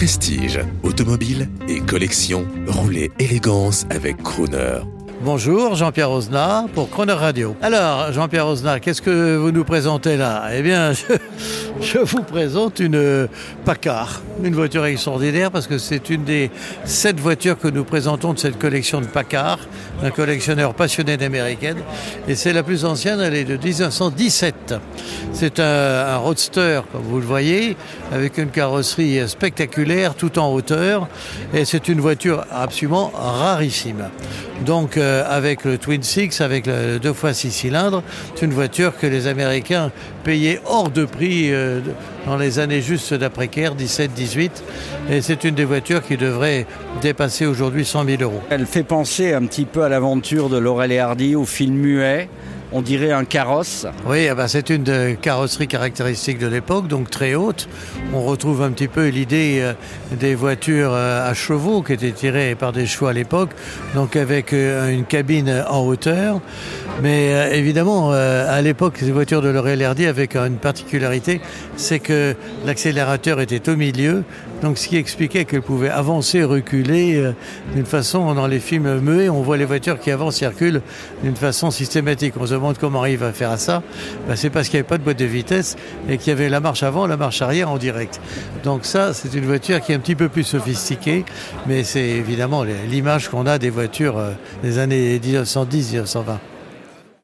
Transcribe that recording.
Prestige, automobile et collection, roulez élégance avec Crooner. Bonjour, Jean-Pierre Ozna pour Crooner Radio. Alors, Jean-Pierre Ozna, qu'est-ce que vous nous présentez là ? Eh bien, je vous présente une Packard, une voiture extraordinaire parce que c'est une des 7 voitures que nous présentons de cette collection de Packard, un collectionneur passionné d'américaine. Et c'est la plus ancienne, elle est de 1917. C'est un roadster, comme vous le voyez, avec une carrosserie spectaculaire, tout en hauteur. Et c'est une voiture absolument rarissime. Donc, avec le Twin Six, avec le 2x6 cylindres, c'est une voiture que les Américains payaient hors de prix dans les années juste d'après-guerre, 17-18. Et c'est une des voitures qui devrait dépasser aujourd'hui 100 000 euros. Elle fait penser un petit peu à l'aventure de Laurel et Hardy, au film muet. On dirait un carrosse. Oui, c'est une des carrosseries caractéristiques de l'époque, donc très haute. On retrouve un petit peu l'idée des voitures à chevaux qui étaient tirées par des chevaux à l'époque, donc avec une cabine en hauteur. Mais évidemment, à l'époque, ces voitures de Laurel et Hardy avaient une particularité, c'est que l'accélérateur était au milieu, donc ce qui expliquait qu'elles pouvaient avancer, reculer d'une façon, dans les films muets, on voit les voitures qui avancent et reculent d'une façon systématique. On se demande comment on arrive à faire ça. C'est parce qu'il n'y avait pas de boîte de vitesse et qu'il y avait la marche avant, la marche arrière en direct. Donc ça, c'est une voiture qui est un petit peu plus sophistiquée, mais c'est évidemment l'image qu'on a des voitures des années 1910-1920.